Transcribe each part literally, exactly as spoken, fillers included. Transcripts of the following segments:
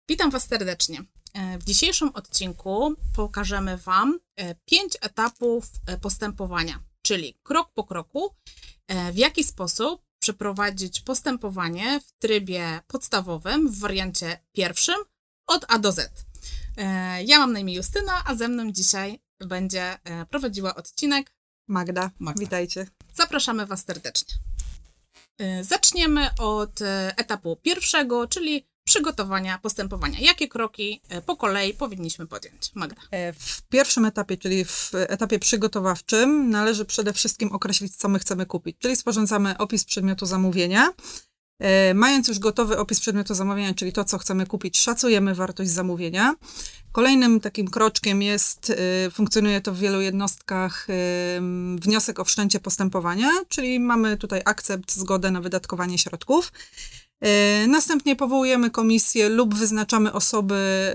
Witam Was serdecznie. W dzisiejszym odcinku pokażemy Wam pięć etapów postępowania, czyli krok po kroku, w jaki sposób przeprowadzić postępowanie w trybie podstawowym, w wariancie pierwszym, od A do Z. Ja mam na imię Justyna, a ze mną dzisiaj będzie prowadziła odcinek Magda. Magda. Witajcie. Zapraszamy Was serdecznie. Zaczniemy od etapu pierwszego, czyli przygotowania postępowania. Jakie kroki po kolei powinniśmy podjąć? Magda. W pierwszym etapie, czyli w etapie przygotowawczym, należy przede wszystkim określić, co my chcemy kupić. Czyli sporządzamy opis przedmiotu zamówienia. Mając już gotowy opis przedmiotu zamówienia, czyli to, co chcemy kupić, szacujemy wartość zamówienia. Kolejnym takim kroczkiem jest, funkcjonuje to w wielu jednostkach, wniosek o wszczęcie postępowania, czyli mamy tutaj akcept, zgodę na wydatkowanie środków. Następnie powołujemy komisję lub wyznaczamy osoby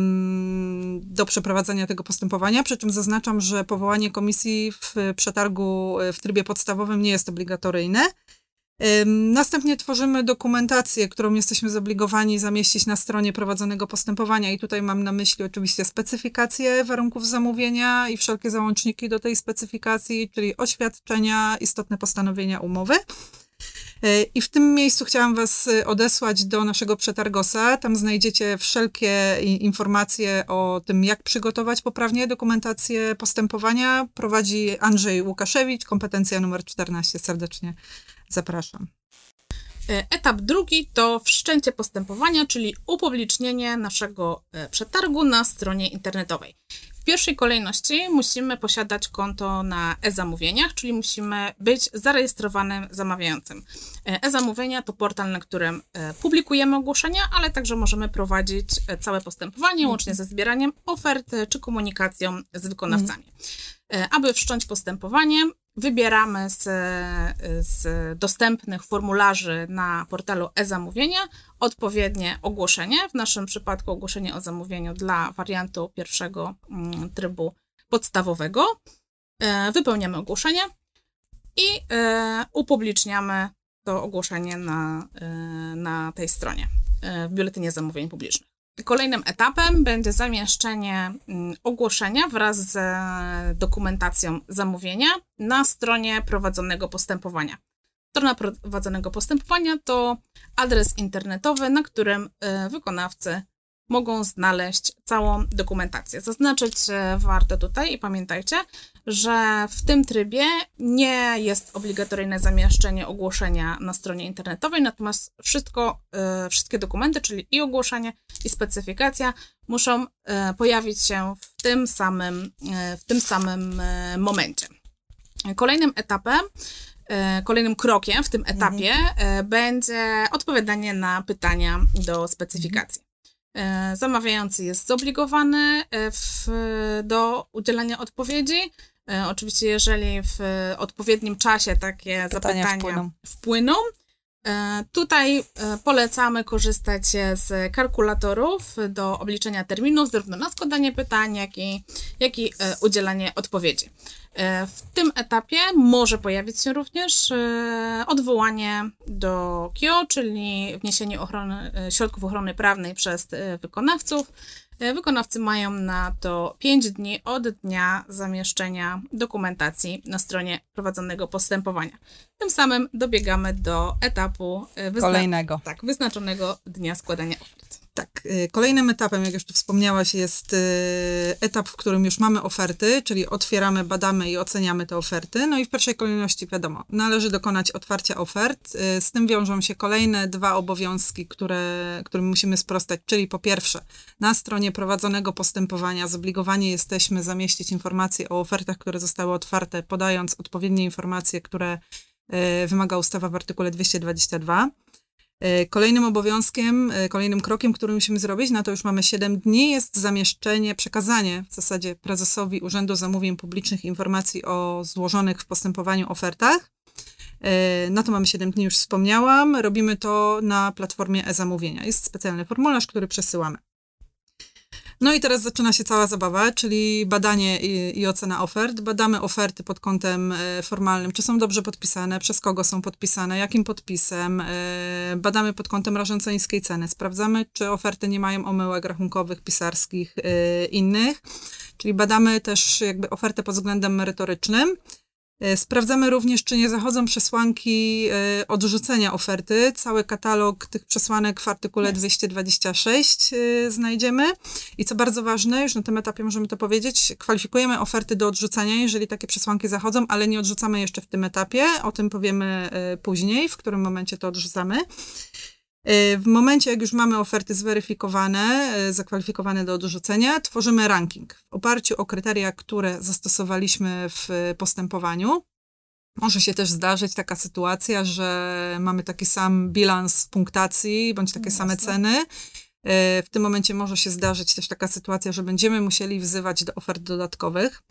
do przeprowadzenia tego postępowania, przy czym zaznaczam, że powołanie komisji w przetargu w trybie podstawowym nie jest obligatoryjne. Następnie tworzymy dokumentację, którą jesteśmy zobligowani zamieścić na stronie prowadzonego postępowania i tutaj mam na myśli oczywiście specyfikację warunków zamówienia i wszelkie załączniki do tej specyfikacji, czyli oświadczenia, istotne postanowienia umowy. I w tym miejscu chciałam Was odesłać do naszego przetargosa. Tam znajdziecie wszelkie informacje o tym, jak przygotować poprawnie dokumentację postępowania. Prowadzi Andrzej Łukaszewicz, kompetencja numer czternaście. Serdecznie zapraszam. Etap drugi to wszczęcie postępowania, czyli upublicznienie naszego przetargu na stronie internetowej. W pierwszej kolejności musimy posiadać konto na e-zamówieniach, czyli musimy być zarejestrowanym zamawiającym. E-zamówienia to portal, na którym publikujemy ogłoszenia, ale także możemy prowadzić całe postępowanie, łącznie ze zbieraniem ofert czy komunikacją z wykonawcami. Aby wszcząć postępowanie, wybieramy z, z dostępnych formularzy na portalu e-zamówienia odpowiednie ogłoszenie, w naszym przypadku ogłoszenie o zamówieniu dla wariantu pierwszego trybu podstawowego. Wypełniamy ogłoszenie i upubliczniamy to ogłoszenie na, na tej stronie, w Biuletynie Zamówień Publicznych. Kolejnym etapem będzie zamieszczenie ogłoszenia wraz z dokumentacją zamówienia na stronie prowadzonego postępowania. Strona prowadzonego postępowania to adres internetowy, na którym wykonawcy mogą znaleźć całą dokumentację. Zaznaczyć warto tutaj i pamiętajcie, że w tym trybie nie jest obligatoryjne zamieszczenie ogłoszenia na stronie internetowej, natomiast wszystko, wszystkie dokumenty, czyli i ogłoszenie, i specyfikacja muszą pojawić się w tym samym, w tym samym momencie. Kolejnym etapem, kolejnym krokiem w tym etapie mhm. będzie odpowiadanie na pytania do specyfikacji. Zamawiający jest zobligowany w, do udzielenia odpowiedzi. Oczywiście, jeżeli w odpowiednim czasie takie pytania zapytania wpłyną. wpłyną, tutaj polecamy korzystać z kalkulatorów do obliczenia terminów, zarówno na składanie pytań, jak i, jak i udzielanie odpowiedzi. W tym etapie może pojawić się również odwołanie do K I O, czyli wniesienie ochrony, środków ochrony prawnej przez wykonawców. Wykonawcy mają na to pięć dni od dnia zamieszczenia dokumentacji na stronie prowadzonego postępowania. Tym samym dobiegamy do etapu wyzna- kolejnego. Tak, wyznaczonego dnia składania ofert. Tak, kolejnym etapem, jak już tu wspomniałaś, jest etap, w którym już mamy oferty, czyli otwieramy, badamy i oceniamy te oferty. No i w pierwszej kolejności, wiadomo, należy dokonać otwarcia ofert. Z tym wiążą się kolejne dwa obowiązki, które, którym musimy sprostać, czyli po pierwsze, na stronie prowadzonego postępowania zobligowani jesteśmy zamieścić informacje o ofertach, które zostały otwarte, podając odpowiednie informacje, które wymaga ustawa w artykule dwieście dwadzieścia dwa. Kolejnym obowiązkiem, kolejnym krokiem, który musimy zrobić, na to już mamy siedem dni, jest zamieszczenie, przekazanie w zasadzie prezesowi Urzędu Zamówień Publicznych informacji o złożonych w postępowaniu ofertach. Na to mamy siedem dni, już wspomniałam. Robimy to na platformie e-zamówienia. Jest specjalny formularz, który przesyłamy. No i teraz zaczyna się cała zabawa, czyli badanie i, i ocena ofert. Badamy oferty pod kątem e, formalnym, czy są dobrze podpisane, przez kogo są podpisane, jakim podpisem. E, badamy pod kątem rażąco niskiej ceny. Sprawdzamy, czy oferty nie mają omyłek rachunkowych, pisarskich, e, innych. Czyli badamy też jakby ofertę pod względem merytorycznym. Sprawdzamy również, czy nie zachodzą przesłanki y, odrzucenia oferty. Cały katalog tych przesłanek w artykule dwieście dwadzieścia sześć y, znajdziemy. I co bardzo ważne, już na tym etapie możemy to powiedzieć, kwalifikujemy oferty do odrzucenia, jeżeli takie przesłanki zachodzą, ale nie odrzucamy jeszcze w tym etapie. O tym powiemy y, później, w którym momencie to odrzucamy. W momencie, jak już mamy oferty zweryfikowane, zakwalifikowane do odrzucenia, tworzymy ranking w oparciu o kryteria, które zastosowaliśmy w postępowaniu. Może się też zdarzyć taka sytuacja, że mamy taki sam bilans punktacji, bądź takie same ceny. W tym momencie może się zdarzyć też taka sytuacja, że będziemy musieli wzywać do ofert dodatkowych.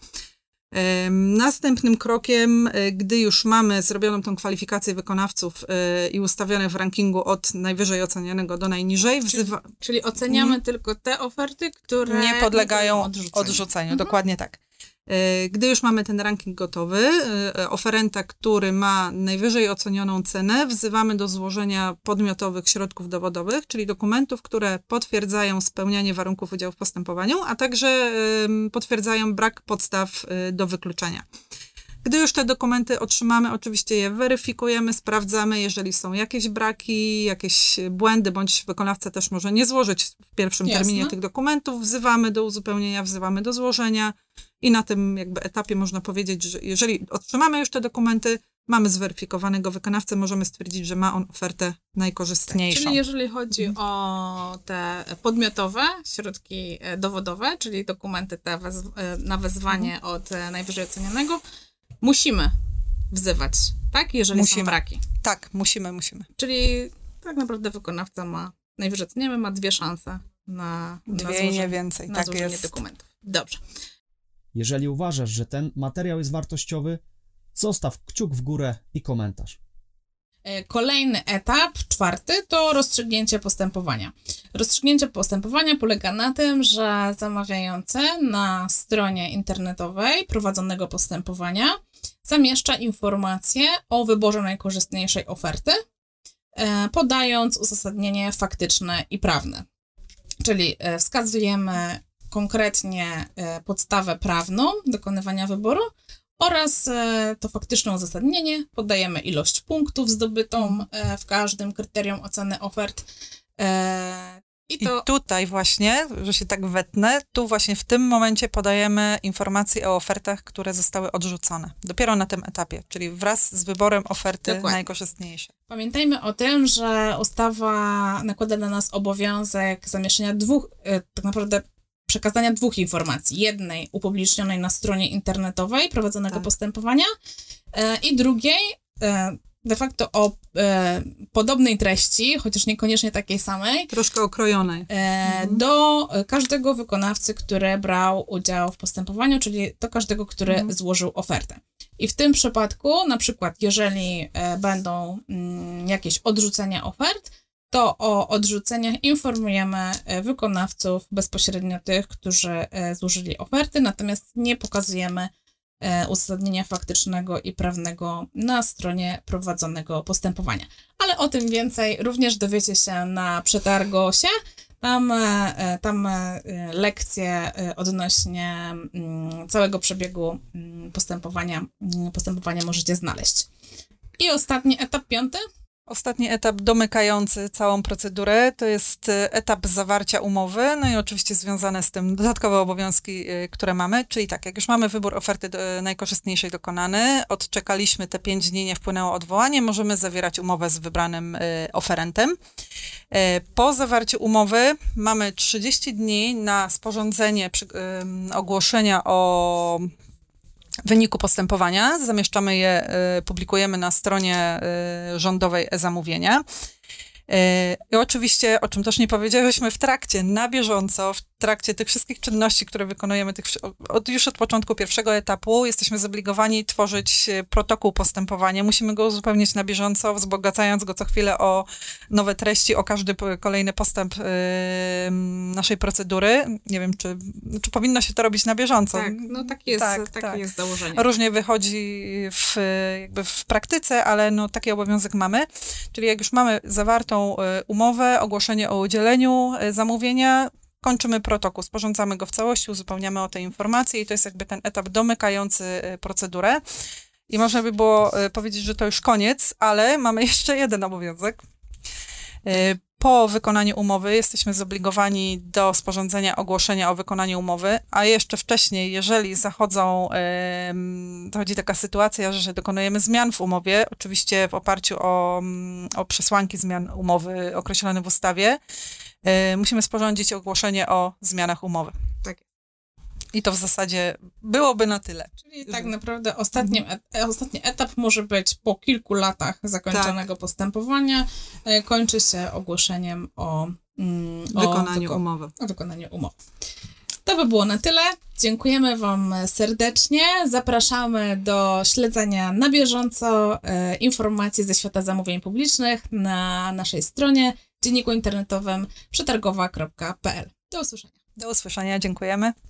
Następnym krokiem, gdy już mamy zrobioną tą kwalifikację wykonawców i ustawionych w rankingu od najwyżej ocenianego do najniżej, wzywa... Czyli, czyli oceniamy hmm. tylko te oferty, które nie podlegają odrzuceniu. odrzuceniu. Mhm. Dokładnie tak. Gdy już mamy ten ranking gotowy, oferenta, który ma najwyżej ocenioną cenę, wzywamy do złożenia podmiotowych środków dowodowych, czyli dokumentów, które potwierdzają spełnianie warunków udziału w postępowaniu, a także potwierdzają brak podstaw do wykluczenia. Gdy już te dokumenty otrzymamy, oczywiście je weryfikujemy, sprawdzamy, jeżeli są jakieś braki, jakieś błędy, bądź wykonawca też może nie złożyć w pierwszym Jasne. terminie tych dokumentów, wzywamy do uzupełnienia, wzywamy do złożenia i na tym jakby etapie można powiedzieć, że jeżeli otrzymamy już te dokumenty, mamy zweryfikowanego wykonawcę, możemy stwierdzić, że ma on ofertę najkorzystniejszą. Czyli jeżeli chodzi o te podmiotowe środki dowodowe, czyli dokumenty te wez- na wezwanie mhm. od najwyżej ocenionego, musimy wzywać, tak? Jeżeli musimy. są braki. Tak, musimy, musimy. Czyli tak naprawdę wykonawca ma, najwyżej oceniamy, ma dwie szanse na, dwie na złożenie, nie więcej. na tak złożenie jest. dokumentów. Dobrze. Jeżeli uważasz, że ten materiał jest wartościowy, zostaw kciuk w górę i komentarz. Kolejny etap, czwarty, to rozstrzygnięcie postępowania. Rozstrzygnięcie postępowania polega na tym, że zamawiający na stronie internetowej prowadzonego postępowania zamieszcza informacje o wyborze najkorzystniejszej oferty, podając uzasadnienie faktyczne i prawne. Czyli wskazujemy konkretnie podstawę prawną dokonywania wyboru oraz to faktyczne uzasadnienie, podajemy ilość punktów zdobytą w każdym kryterium oceny ofert. I, to... I tutaj właśnie, że się tak wetnę, tu właśnie w tym momencie podajemy informacje o ofertach, które zostały odrzucone. Dopiero na tym etapie, czyli wraz z wyborem oferty Dokładnie. najkorzystniejszej. Pamiętajmy o tym, że ustawa nakłada na nas obowiązek zamieszczenia dwóch, tak naprawdę przekazania dwóch informacji. Jednej upublicznionej na stronie internetowej prowadzonego tak. postępowania e, i drugiej e, de facto o e, podobnej treści, chociaż niekoniecznie takiej samej. Troszkę okrojonej. E, mhm. Do każdego wykonawcy, który brał udział w postępowaniu, czyli do każdego, który mhm. złożył ofertę. I w tym przypadku, na przykład, jeżeli e, będą mm, jakieś odrzucenia ofert, to o odrzuceniach informujemy wykonawców, bezpośrednio tych, którzy złożyli oferty, natomiast nie pokazujemy uzasadnienia faktycznego i prawnego na stronie prowadzonego postępowania. Ale o tym więcej również dowiecie się na Przetargosie. Tam, tam lekcje odnośnie całego przebiegu postępowania, postępowania możecie znaleźć. I ostatni etap, piąty. Ostatni etap domykający całą procedurę to jest etap zawarcia umowy, no i oczywiście związane z tym dodatkowe obowiązki, które mamy, czyli tak, jak już mamy wybór oferty do, najkorzystniejszej dokonany, odczekaliśmy te pięć dni, nie wpłynęło odwołanie, możemy zawierać umowę z wybranym y, oferentem. Y, po zawarciu umowy mamy trzydzieści dni na sporządzenie przy, y, ogłoszenia o wyniku postępowania. Zamieszczamy je, publikujemy na stronie rządowej e-zamówienia. I oczywiście, o czym też nie powiedziałyśmy, w trakcie, na bieżąco, w trakcie tych wszystkich czynności, które wykonujemy, tych, od, już od początku pierwszego etapu, jesteśmy zobligowani tworzyć protokół postępowania. Musimy go uzupełnić na bieżąco, wzbogacając go co chwilę o nowe treści, o każdy kolejny postęp yy, naszej procedury. Nie wiem, czy, czy powinno się to robić na bieżąco. Tak, no takie jest, tak, takie tak. jest założenie. Różnie wychodzi w, jakby w praktyce, ale no taki obowiązek mamy. Czyli jak już mamy zawartą umowę, ogłoszenie o udzieleniu zamówienia, kończymy protokół, sporządzamy go w całości, uzupełniamy o te informacje i to jest jakby ten etap domykający procedurę. I można by było powiedzieć, że to już koniec, ale mamy jeszcze jeden obowiązek. Po wykonaniu umowy jesteśmy zobligowani do sporządzenia ogłoszenia o wykonaniu umowy, a jeszcze wcześniej, jeżeli zachodzą, dochodzi taka sytuacja, że dokonujemy zmian w umowie, oczywiście w oparciu o, o przesłanki zmian umowy określone w ustawie, musimy sporządzić ogłoszenie o zmianach umowy. Tak. I to w zasadzie byłoby na tyle. Czyli tak naprawdę ostatnim, e, ostatni etap może być po kilku latach zakończonego tak. postępowania. E, kończy się ogłoszeniem o, mm, wykonaniu o, umowy. o wykonaniu umowy. To by było na tyle. Dziękujemy Wam serdecznie. Zapraszamy do śledzenia na bieżąco e, informacji ze świata zamówień publicznych na naszej stronie dzienniku internetowym przetargowa kropka p l. Do usłyszenia. Do usłyszenia. Dziękujemy.